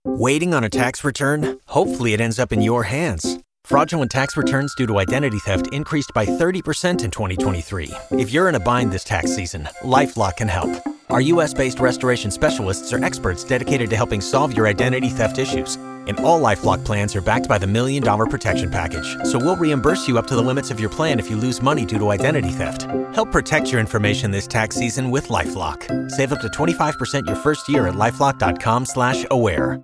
Waiting on a tax return? Hopefully it ends up in your hands. Fraudulent tax returns due to identity theft increased by 30% in 2023. If you're in a bind this tax season, LifeLock can help. Our U.S.-based restoration specialists are experts dedicated to helping solve your identity theft issues. And all LifeLock plans are backed by the $1 Million Protection Package. So we'll reimburse you up to the limits of your plan if you lose money due to identity theft. Help protect your information this tax season with LifeLock. Save up to 25% your first year at LifeLock.com/aware.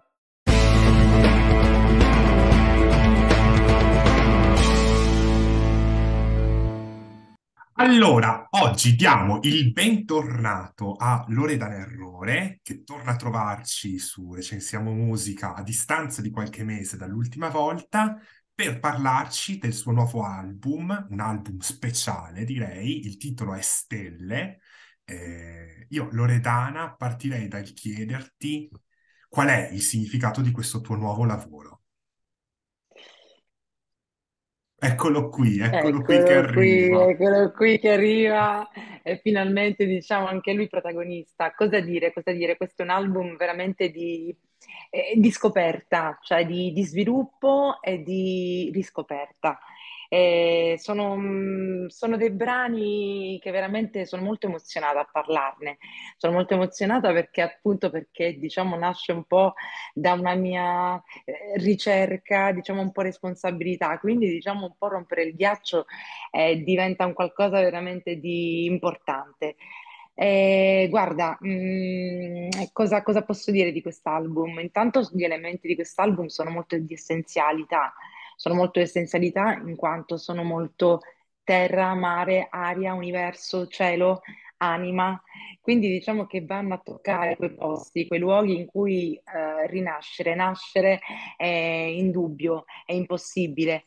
Allora, oggi diamo il bentornato a Loredana Errore, che torna a trovarci su Recensiamo Musica a distanza di qualche mese dall'ultima volta, per parlarci del suo nuovo album, un album speciale, direi. Il titolo è Stelle. Io, Loredana, partirei dal chiederti qual è il significato di questo tuo nuovo lavoro. Eccolo qui che arriva. Eccolo qui che arriva e finalmente diciamo anche lui protagonista. Cosa dire? Cosa dire? Questo è un album veramente di scoperta, cioè di sviluppo e di riscoperta. Sono dei brani che veramente sono molto emozionata a parlarne. Sono molto emozionata perché appunto perché diciamo nasce un po' da una mia ricerca, diciamo un po' responsabilità, quindi diciamo un po' rompere il ghiaccio diventa un qualcosa veramente di importante. Guarda, cosa posso dire di quest'album? Intanto gli elementi di quest'album sono molto di essenzialità, sono molto di essenzialità in quanto sono molto terra, mare, aria, universo, cielo, anima. Quindi diciamo che vanno a toccare quei posti, quei luoghi in cui rinascere, nascere è indubbio, è impossibile.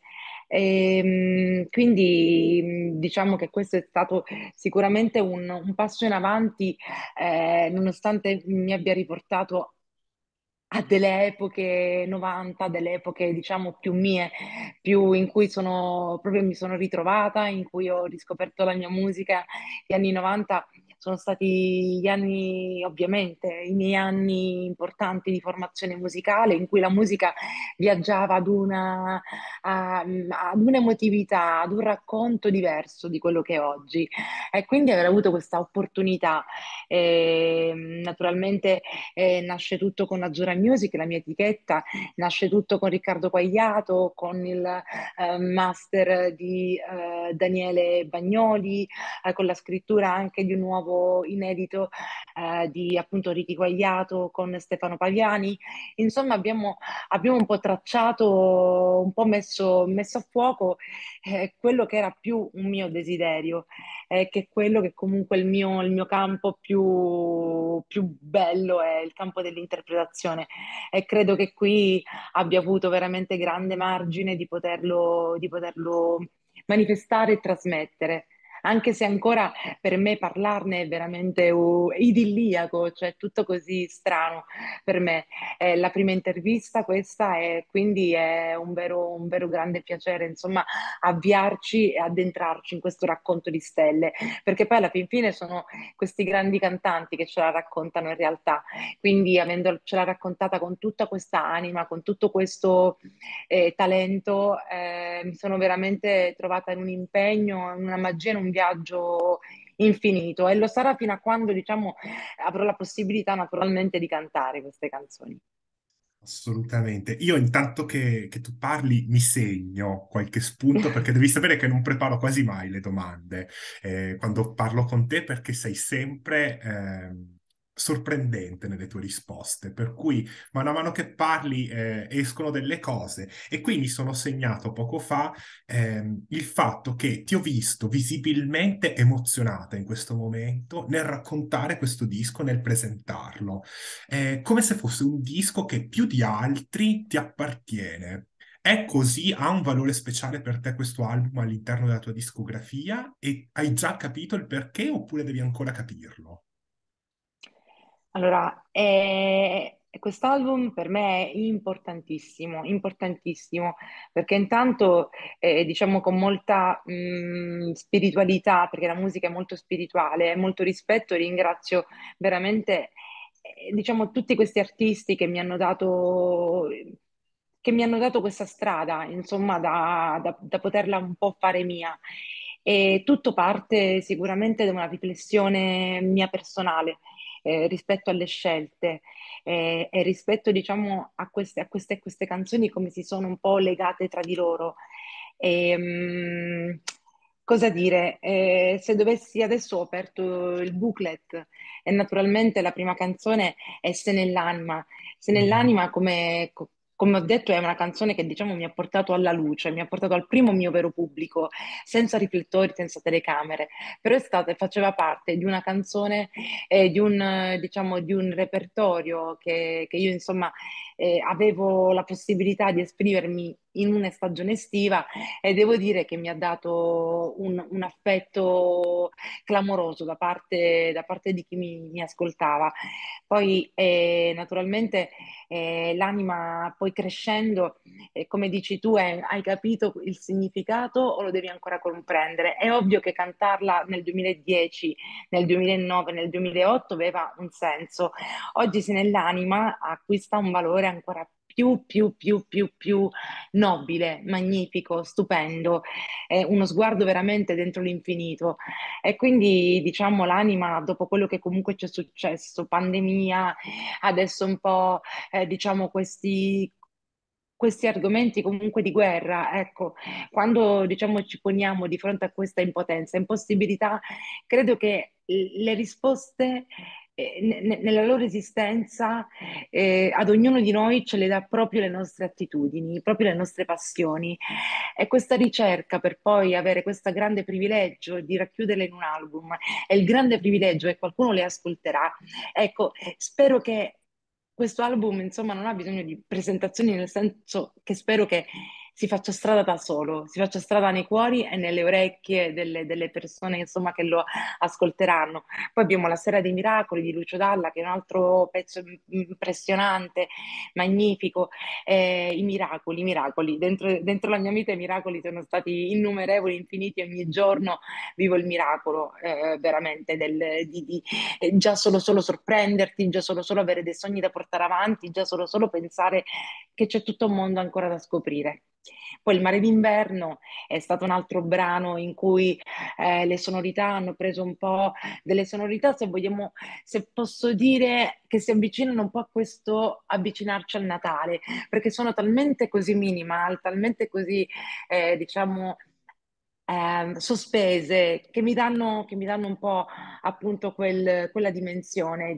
Quindi diciamo che questo è stato sicuramente un passo in avanti, nonostante mi abbia riportato a delle epoche 90, delle epoche diciamo più mie, più in cui proprio mi sono ritrovata, in cui ho riscoperto la mia musica. Gli anni 90 sono stati gli anni, ovviamente, i miei anni importanti di formazione musicale, in cui la musica viaggiava ad un'emotività, ad un racconto diverso di quello che è oggi. E quindi aver avuto questa opportunità, naturalmente nasce tutto con Azzurra Music, la mia etichetta, nasce tutto con Riccardo Quagliato, con il master di Daniele Bagnoli, con la scrittura anche di un nuovo inedito di appunto Ricky Quagliato con Stefano Paviani. Insomma, abbiamo un po' tracciato, un po' messo a fuoco quello che era più un mio desiderio, che è quello che comunque il mio campo più bello è il campo dell'interpretazione e credo che qui abbia avuto veramente grande margine di poterlo manifestare e trasmettere. Anche se ancora per me parlarne è veramente idilliaco, cioè tutto così strano per me. È la prima intervista questa e quindi è un vero grande piacere, insomma, avviarci e addentrarci in questo racconto di stelle, perché poi alla fin fine sono questi grandi cantanti che ce la raccontano in realtà. Quindi avendocela raccontata con tutta questa anima, con tutto questo talento, mi sono veramente trovata in un impegno, in una magia, in un viaggio infinito e lo sarà fino a quando, diciamo, avrò la possibilità naturalmente di cantare queste canzoni. Assolutamente. Io intanto che tu parli mi segno qualche spunto perché devi sapere che non preparo quasi mai le domande quando parlo con te perché sei sempre sorprendente nelle tue risposte. Per cui mano a mano che parli escono delle cose e qui mi sono segnato poco fa il fatto che ti ho visto visibilmente emozionata in questo momento nel raccontare questo disco, nel presentarlo come se fosse un disco che più di altri ti appartiene. È così? Ha un valore speciale per te questo album all'interno della tua discografia? E hai già capito il perché oppure devi ancora capirlo? Allora, quest'album per me è importantissimo, importantissimo, perché intanto, diciamo con molta spiritualità, perché la musica è molto spirituale, e molto rispetto, ringrazio veramente. diciamo, tutti questi artisti che mi hanno dato questa strada, insomma, da poterla un po' fare mia. E tutto parte sicuramente da una riflessione mia personale, rispetto alle scelte, e rispetto, diciamo, a queste canzoni come si sono un po' legate tra di loro. E, cosa dire? Se dovessi adesso ho aperto il booklet e naturalmente la prima canzone è Se nell'anima. Se Mhm. nell'anima, come ho detto, è una canzone che diciamo mi ha portato alla luce, mi ha portato al primo mio vero pubblico, senza riflettori, senza telecamere, però faceva parte di una canzone, diciamo, di un repertorio che io insomma avevo la possibilità di esprimermi in una stagione estiva e devo dire che mi ha dato un affetto clamoroso da parte di chi mi ascoltava. Poi naturalmente l'anima poi crescendo, come dici tu, hai capito il significato o lo devi ancora comprendere? È ovvio che cantarla nel 2010, nel 2009, nel 2008 aveva un senso. Oggi se nell'anima acquista un valore ancora più nobile, magnifico, stupendo, è uno sguardo veramente dentro l'infinito. E quindi, diciamo, l'anima, dopo quello che comunque ci è successo, pandemia, adesso un po', diciamo, questi argomenti comunque di guerra, ecco, quando diciamo ci poniamo di fronte a questa impotenza, impossibilità, credo che le risposte nella loro esistenza ad ognuno di noi ce le dà proprio le nostre attitudini, proprio le nostre passioni. E questa ricerca per poi avere questo grande privilegio di racchiuderle in un album e il grande privilegio che qualcuno le ascolterà. Ecco, spero che questo album, insomma, non ha bisogno di presentazioni, nel senso che spero che si faccia strada da solo, si faccia strada nei cuori e nelle orecchie delle persone, insomma, che lo ascolteranno. Poi abbiamo La Sera dei Miracoli di Lucio Dalla, che è un altro pezzo impressionante, magnifico. I miracoli. Dentro la mia vita i miracoli sono stati innumerevoli, infiniti, ogni giorno vivo il miracolo, veramente, già solo sorprenderti, già solo avere dei sogni da portare avanti, già solo pensare che c'è tutto un mondo ancora da scoprire. Poi Il mare d'inverno è stato un altro brano in cui le sonorità hanno preso un po' delle sonorità, se vogliamo, se posso dire, che si avvicinano un po' a questo avvicinarci al Natale, perché sono talmente così minimal, talmente così, diciamo, sospese, che mi danno un po' appunto quella dimensione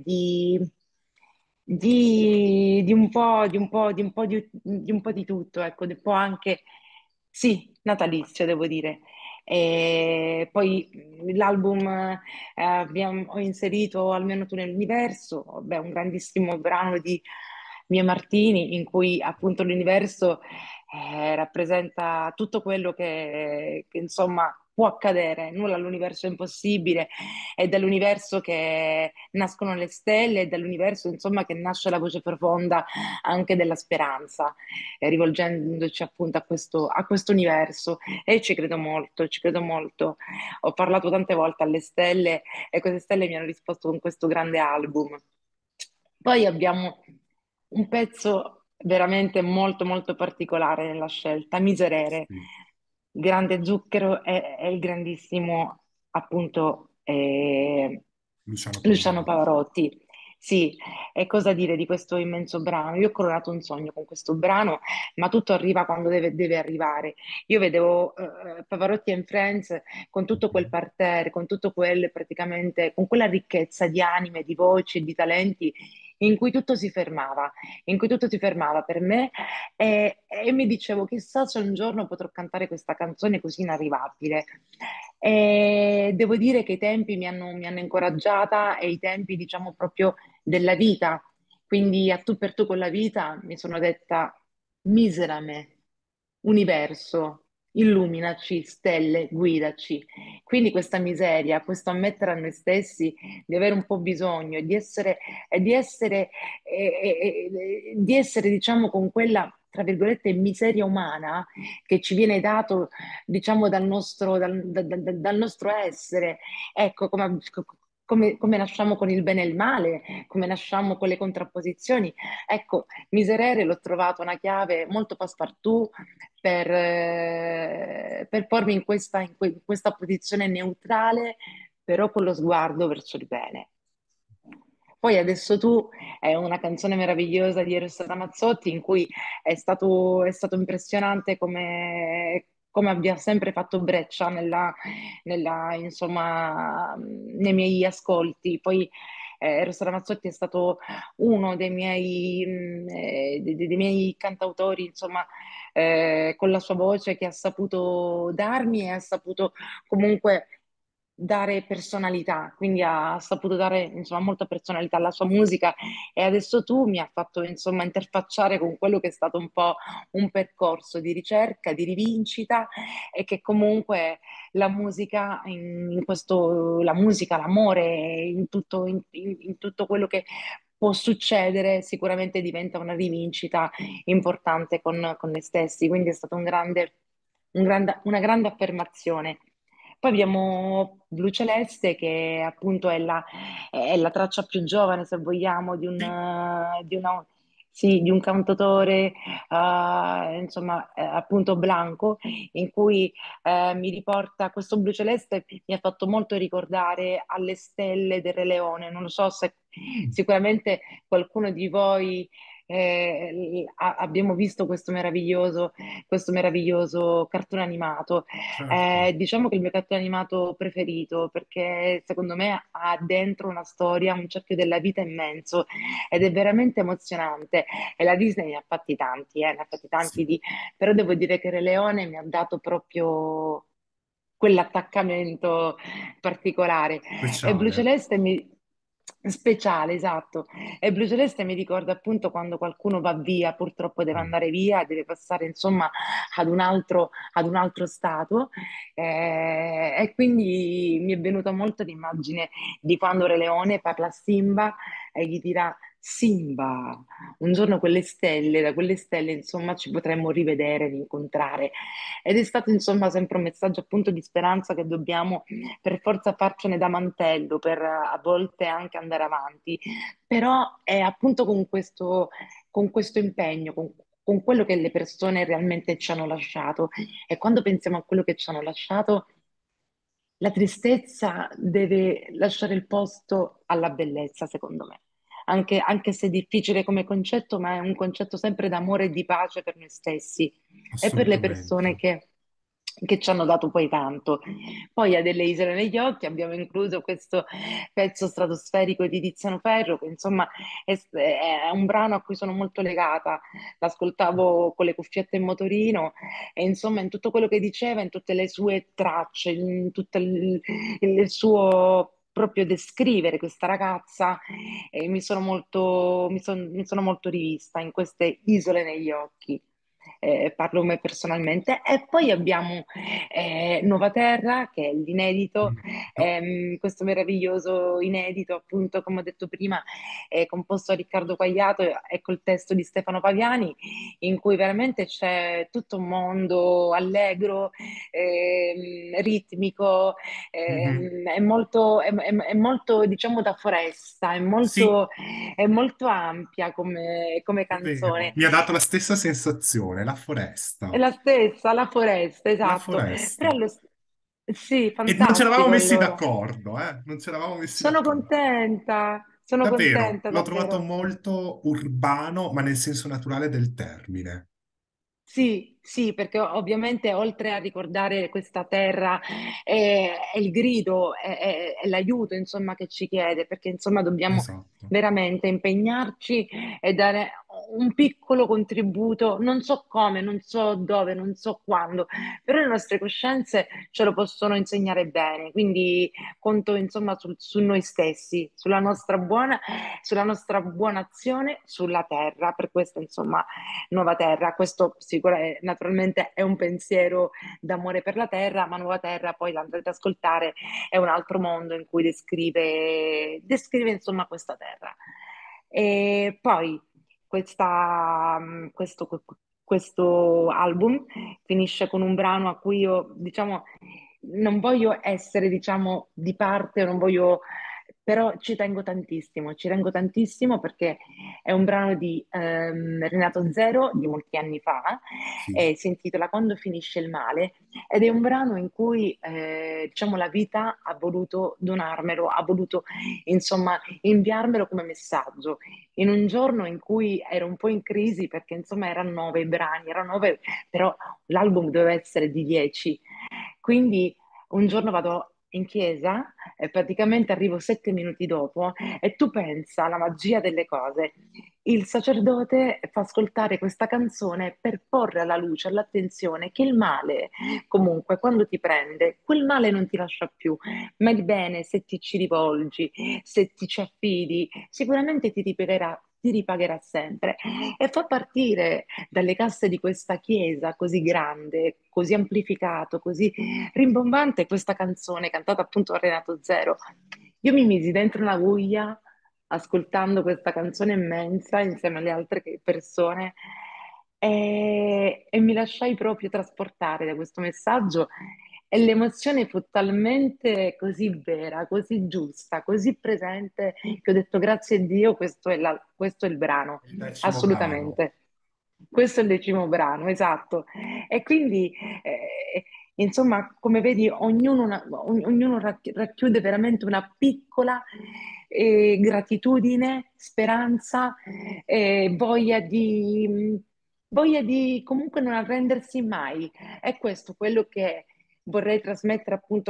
di un po' di tutto, ecco, di un po' anche, sì, natalizio, devo dire. E poi l'album ho inserito Almeno tu nell'universo, vabbè, un grandissimo brano di Mia Martini, in cui appunto l'universo rappresenta tutto quello insomma può accadere, nulla all'universo è impossibile, è dall'universo che nascono le stelle, è dall'universo insomma che nasce la voce profonda anche della speranza, rivolgendoci appunto a questo universo e ci credo molto, ci credo molto. Ho parlato tante volte alle stelle e queste stelle mi hanno risposto con questo grande album. Poi abbiamo un pezzo veramente molto particolare nella scelta, Miserere. Sì. Grande Zucchero è il grandissimo, appunto, Luciano Luciano Pavarotti. Pavarotti. Sì, e cosa dire di questo immenso brano? Io ho coronato un sogno con questo brano, ma tutto arriva quando deve arrivare. Io vedevo Pavarotti and Friends con tutto quel Mhm. parterre, con tutto quel praticamente, con quella ricchezza di anime, di voci e di talenti in cui tutto si fermava, in cui tutto si fermava per me e mi dicevo chissà se un giorno potrò cantare questa canzone così inarrivabile. E devo dire che i tempi mi hanno incoraggiata e i tempi, diciamo, proprio della vita. Quindi a tu per tu con la vita mi sono detta miserame, universo, illuminaci, stelle, guidaci. Quindi questa miseria, questo ammettere a noi stessi di avere un po' bisogno e di essere, diciamo, con quella, tra virgolette, miseria umana che ci viene dato, diciamo, dal nostro essere. Ecco, come nasciamo con il bene e il male, come nasciamo con le contrapposizioni. Ecco, Miserere l'ho trovato una chiave molto passepartout per pormi in questa posizione neutrale, però con lo sguardo verso il bene. Poi Adesso tu è una canzone meravigliosa di Eros Ramazzotti in cui è stato impressionante come abbia sempre fatto breccia insomma, nei miei ascolti. Poi Eros Ramazzotti è stato uno dei miei cantautori, insomma, con la sua voce che ha saputo darmi e ha saputo comunque dare personalità, quindi ha saputo dare insomma molta personalità alla sua musica e Adesso tu mi ha fatto insomma interfacciare con quello che è stato un po' un percorso di ricerca, di rivincita e che comunque la musica in questo, la musica, l'amore, in tutto quello che può succedere, sicuramente diventa una rivincita importante con noi stessi, quindi è stato una grande affermazione. Poi abbiamo Blu Celeste, che appunto è la traccia più giovane, se vogliamo, Sì, sì, di un cantautore, insomma, appunto Blanco, in cui mi riporta, questo Blu Celeste mi ha fatto molto ricordare alle stelle del Re Leone. Non lo so se mm, sicuramente qualcuno di voi abbiamo visto questo meraviglioso cartone animato. certo. Diciamo che è il mio cartone animato preferito perché secondo me ha dentro una storia, un cerchio della vita immenso ed è veramente emozionante. E la Disney ne ha fatti tanti Sì, però devo dire che Re Leone mi ha dato proprio quell'attaccamento particolare. E Blu speciale. Celeste mi... Speciale, esatto. E Blu Celeste mi ricorda appunto quando qualcuno va via, purtroppo deve Mm. andare via, deve passare insomma ad un altro stato. E quindi mi è venuta molto l'immagine di quando Re Leone parla a Simba e gli dirà: Simba, un giorno da quelle stelle, insomma, ci potremmo rivedere, rincontrare. Ed è stato, insomma, sempre un messaggio appunto di speranza che dobbiamo per forza farcene da mantello, per a volte anche andare avanti. Però è appunto con questo impegno, con quello che le persone realmente ci hanno lasciato. E quando pensiamo a quello che ci hanno lasciato, la tristezza deve lasciare il posto alla bellezza, secondo me. Anche se è difficile come concetto, ma è un concetto sempre d'amore e di pace per noi stessi e per le persone Assolutamente. che ci hanno dato poi tanto. Poi a Delle Isole negli occhi abbiamo incluso questo pezzo stratosferico di Tiziano Ferro, che insomma è un brano a cui sono molto legata. L'ascoltavo con le cuffiette in motorino e insomma in tutto quello che diceva, in tutte le sue tracce, in tutto il suo proprio descrivere questa ragazza, mi sono molto rivista in queste isole negli occhi. Parlo me personalmente. E poi abbiamo Nuova Terra, che è l'inedito, Mm. No, questo meraviglioso inedito, appunto, come ho detto prima, è composto da Riccardo Quagliato e col testo di Stefano Paviani, in cui veramente c'è tutto un mondo allegro, ritmico, mhm. è molto, diciamo, da foresta, Sì, è molto ampia come è vero. canzone. Mi ha dato la stessa sensazione, la foresta. È la stessa, la foresta, La esatto. Però foresta. sì, E non ci eravamo fantastico messi allora. d'accordo, eh? Non ci eravamo messi d'accordo. Sono Davvero, contenta l'ho trovato davvero. molto urbano, ma nel senso naturale del termine. Sì, sì, perché ovviamente oltre a ricordare questa terra è il grido, è l'aiuto insomma che ci chiede, perché insomma dobbiamo Esatto. veramente impegnarci e dare un piccolo contributo, non so come, non so dove, non so quando, però le nostre coscienze ce lo possono insegnare bene, quindi conto insomma su noi stessi, sulla nostra buona azione sulla terra, per questo insomma Nuova Terra. Questo naturalmente è un pensiero d'amore per la Terra, ma Nuova Terra poi l'andrete ad ascoltare, è un altro mondo in cui descrive insomma questa Terra. E poi questa, questo album finisce con un brano a cui io, diciamo, non voglio essere, diciamo, di parte, non voglio però ci tengo tantissimo perché è un brano di Renato Zero di molti anni fa, Sì, e si intitola Quando finisce il male, ed è un brano in cui diciamo la vita ha voluto donarmelo, ha voluto insomma inviarmelo come messaggio in un giorno in cui ero un po' in crisi perché insomma erano 9 brani, erano 9, però l'album doveva essere di 10. Quindi un giorno vado in chiesa e praticamente arrivo 7 minuti dopo e tu pensa alla magia delle cose. Il sacerdote fa ascoltare questa canzone per porre alla luce, all'attenzione che il male, comunque, quando ti prende, quel male non ti lascia più, ma il bene, se ti ci rivolgi, se ti ci affidi, sicuramente ti ripagherà sempre. E fa partire dalle casse di questa chiesa così grande, così amplificato, così rimbombante questa canzone cantata appunto da Renato Zero. Io mi misi dentro una guglia ascoltando questa canzone immensa insieme alle altre persone e mi lasciai proprio trasportare da questo messaggio e l'emozione fu talmente così vera, così giusta, così presente che ho detto grazie a Dio, questo è il brano, il 10° brano. assolutamente. Questo è il 10° brano, esatto. E quindi, insomma, come vedi, ognuno racchiude veramente una piccola gratitudine, speranza, voglia di comunque non arrendersi mai. È questo quello che vorrei trasmettere appunto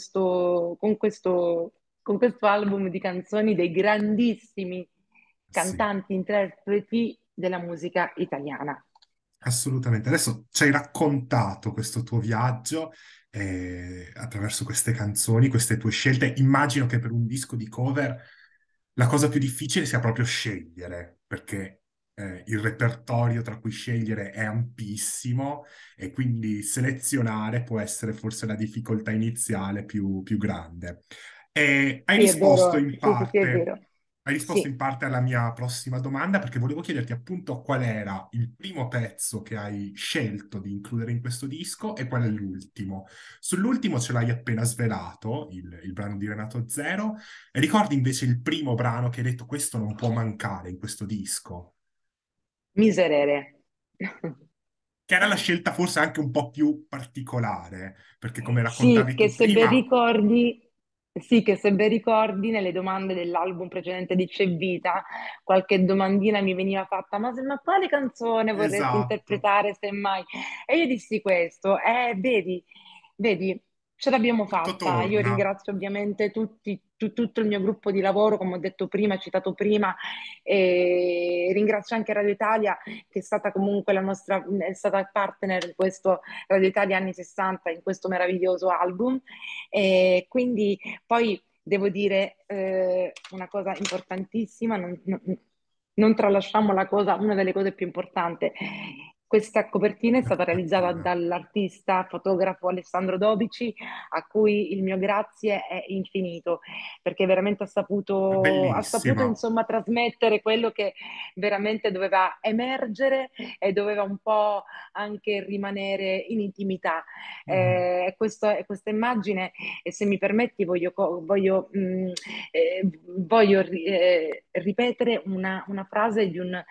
con questo album di canzoni dei grandissimi Sì. cantanti, interpreti della musica italiana. Assolutamente. Adesso ci hai raccontato questo tuo viaggio attraverso queste canzoni, queste tue scelte. Immagino che per un disco di cover la cosa più difficile sia proprio scegliere, perché il repertorio tra cui scegliere è ampissimo e quindi selezionare può essere forse la difficoltà iniziale più grande. E hai Sì, è risposto vero, in sì, sì, sì, è parte. vero. Hai risposto in Sì, parte alla mia prossima domanda perché volevo chiederti appunto qual era il primo pezzo che hai scelto di includere in questo disco e qual è l'ultimo. Sull'ultimo ce l'hai appena svelato, il brano di Renato Zero, e ricordi invece il primo brano che hai detto questo non può mancare in questo disco, miserere. che era la scelta forse anche un po' più particolare, perché come Sì, raccontavi tu prima, sì, che se ben ricordi, nelle domande dell'album precedente di C'è Vita, qualche domandina mi veniva fatta, ma quale canzone vorresti esatto, interpretare semmai? E io dissi questo, vedi, ce l'abbiamo tutto fatta. Io torna. ringrazio ovviamente tutto il mio gruppo di lavoro, come ho detto prima, citato prima, e ringrazio anche Radio Italia, che è stata comunque è stata partner in questo Radio Italia anni 60 in questo meraviglioso album. E quindi poi devo dire una cosa importantissima, non tralasciamo una delle cose più importanti. Questa copertina è La stata realizzata copertina. dall'artista fotografo Alessandro Dobici, a cui il mio grazie è infinito, perché veramente ha saputo Bellissima. insomma trasmettere quello che veramente doveva emergere e doveva un po' anche rimanere in intimità. Mhm. Questa immagine, e se mi permetti, voglio ripetere una frase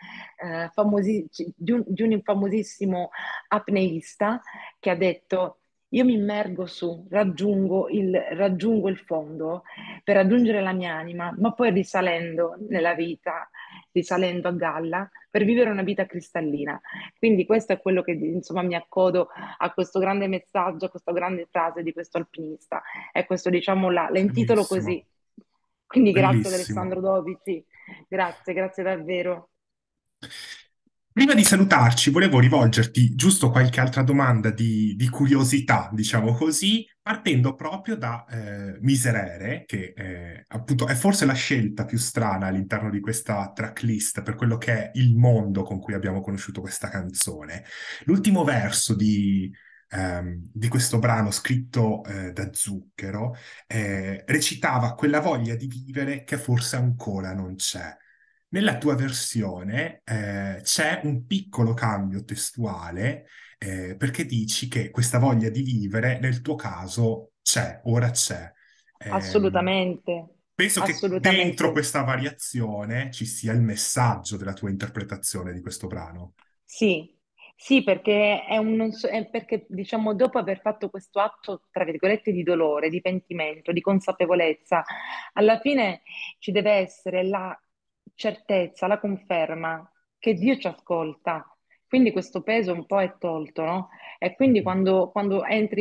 di un famosissimo apneista che ha detto: Io mi immergo su, raggiungo il fondo per raggiungere la mia anima, ma poi risalendo nella vita, risalendo a galla, per vivere una vita cristallina. Quindi questo è quello che insomma mi accodo a questo grande messaggio, a questa grande frase di questo alpinista. E questo diciamo la intitolo così. Bellissimo, Quindi grazie ad bellissimo. Alessandro Dovici, grazie davvero. Prima di salutarci, volevo rivolgerti giusto qualche altra domanda di curiosità, diciamo così, partendo proprio da Miserere, che appunto è forse la scelta più strana all'interno di questa tracklist per quello che è il mondo con cui abbiamo conosciuto questa canzone. L'ultimo verso di questo brano scritto da Zucchero recitava quella voglia di vivere che forse ancora non c'è. Nella tua versione c'è un piccolo cambio testuale perché dici che questa voglia di vivere nel tuo caso c'è, ora c'è. Ehm, Assolutamente. penso che dentro assolutamente. questa variazione ci sia il messaggio della tua interpretazione di questo brano. Sì, sì, perché è perché, diciamo, dopo aver fatto questo atto, tra virgolette, di dolore, di pentimento, di consapevolezza, alla fine ci deve essere la certezza, la conferma che Dio ci ascolta. Quindi questo peso un po' è tolto, no? E quindi Mhm. quando entri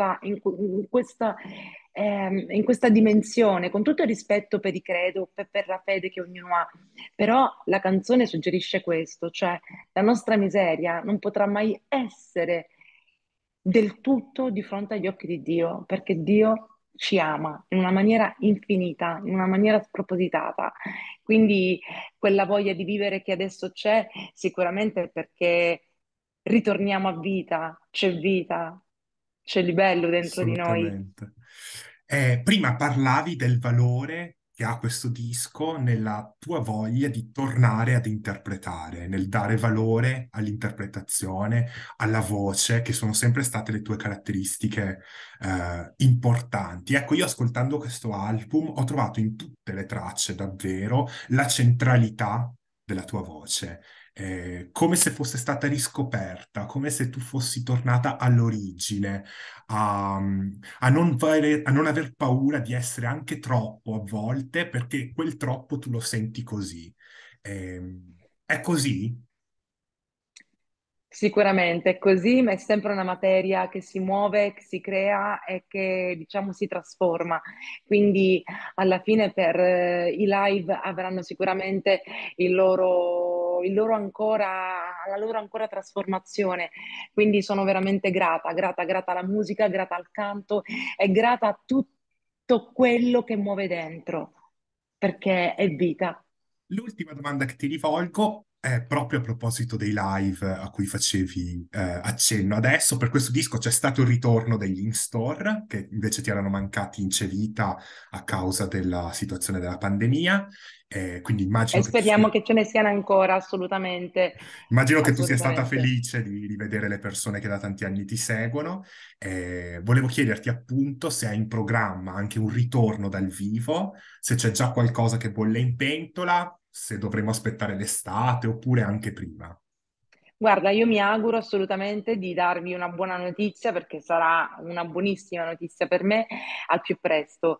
in questa dimensione, con tutto il rispetto per i credo, per la fede che ognuno ha, però la canzone suggerisce questo, cioè la nostra miseria non potrà mai essere del tutto di fronte agli occhi di Dio, perché Dio ci ama in una maniera infinita, in una maniera spropositata. Quindi quella voglia di vivere che adesso c'è, sicuramente è perché ritorniamo a vita, c'è il bello dentro di noi. Assolutamente. Prima parlavi del valore che ha questo disco nella tua voglia di tornare ad interpretare, nel dare valore all'interpretazione, alla voce, che sono sempre state le tue caratteristiche importanti. Ecco, io ascoltando questo album ho trovato in tutte le tracce davvero la centralità della tua voce, come se fosse stata riscoperta, come se tu fossi tornata all'origine a, a non aver paura di essere anche troppo a volte, perché quel troppo tu lo senti così. È così? Sicuramente è così, ma è sempre una materia che si muove, che si crea e che diciamo si trasforma. Quindi alla fine per i live avranno sicuramente il loro ancora, la loro ancora trasformazione. Quindi sono veramente grata alla musica, grata al canto e grata a tutto quello che muove dentro, perché è vita. L'ultima domanda che ti rivolgo è proprio a proposito dei live a cui facevi accenno adesso. Per questo disco c'è stato il ritorno degli in-store, che invece ti erano mancati in Cevita a causa della situazione della pandemia. Quindi E speriamo che ce ne siano ancora, assolutamente, immagino che tu sia stata assolutamente. felice di rivedere le persone che da tanti anni ti seguono. Volevo chiederti appunto se hai in programma anche un ritorno dal vivo, se c'è già qualcosa che bolle in pentola, se dovremo aspettare l'estate oppure anche prima. Guarda, io mi auguro assolutamente di darvi una buona notizia perché sarà una buonissima notizia per me al più presto.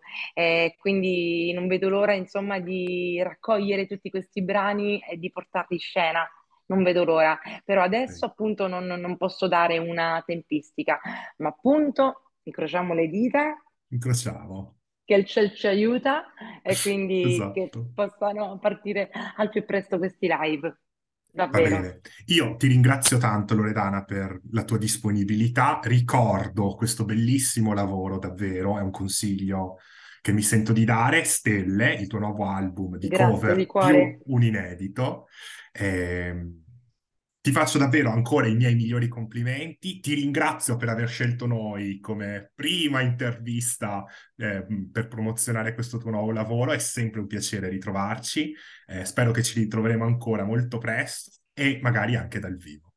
Quindi non vedo l'ora, insomma, di raccogliere tutti questi brani e di portarli in scena. Non vedo l'ora. Però Sì. adesso appunto non posso dare una tempistica, ma appunto incrociamo le dita Incrociamo. che il ciel ci aiuta e quindi che Esatto. possano partire al più presto questi live. Va Davvero. bene. Io ti ringrazio tanto, Loredana, per la tua disponibilità. Ricordo questo bellissimo lavoro, davvero, è un consiglio che mi sento di dare. Stelle, il tuo nuovo album di Grazie di cover più cuore. un inedito. Ehm, Ti faccio davvero ancora i miei migliori complimenti. Ti ringrazio per aver scelto noi come prima intervista, per promozionare questo tuo nuovo lavoro. È sempre un piacere ritrovarci. Spero che ci ritroveremo ancora molto presto e magari anche dal vivo.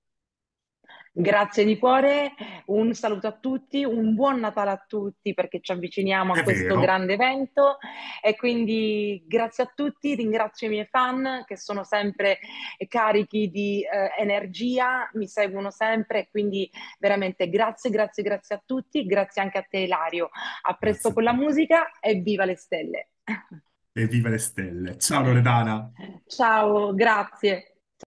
Grazie di cuore, un saluto a tutti, un buon Natale a tutti perché ci avviciniamo a È questo vero, grande evento e quindi grazie a tutti, ringrazio i miei fan che sono sempre carichi di energia, mi seguono sempre, quindi veramente grazie a tutti, grazie anche a te Ilario. A presto grazie a con la te. musica e viva le stelle. E viva le stelle. Ciao Loredana. Ciao, grazie.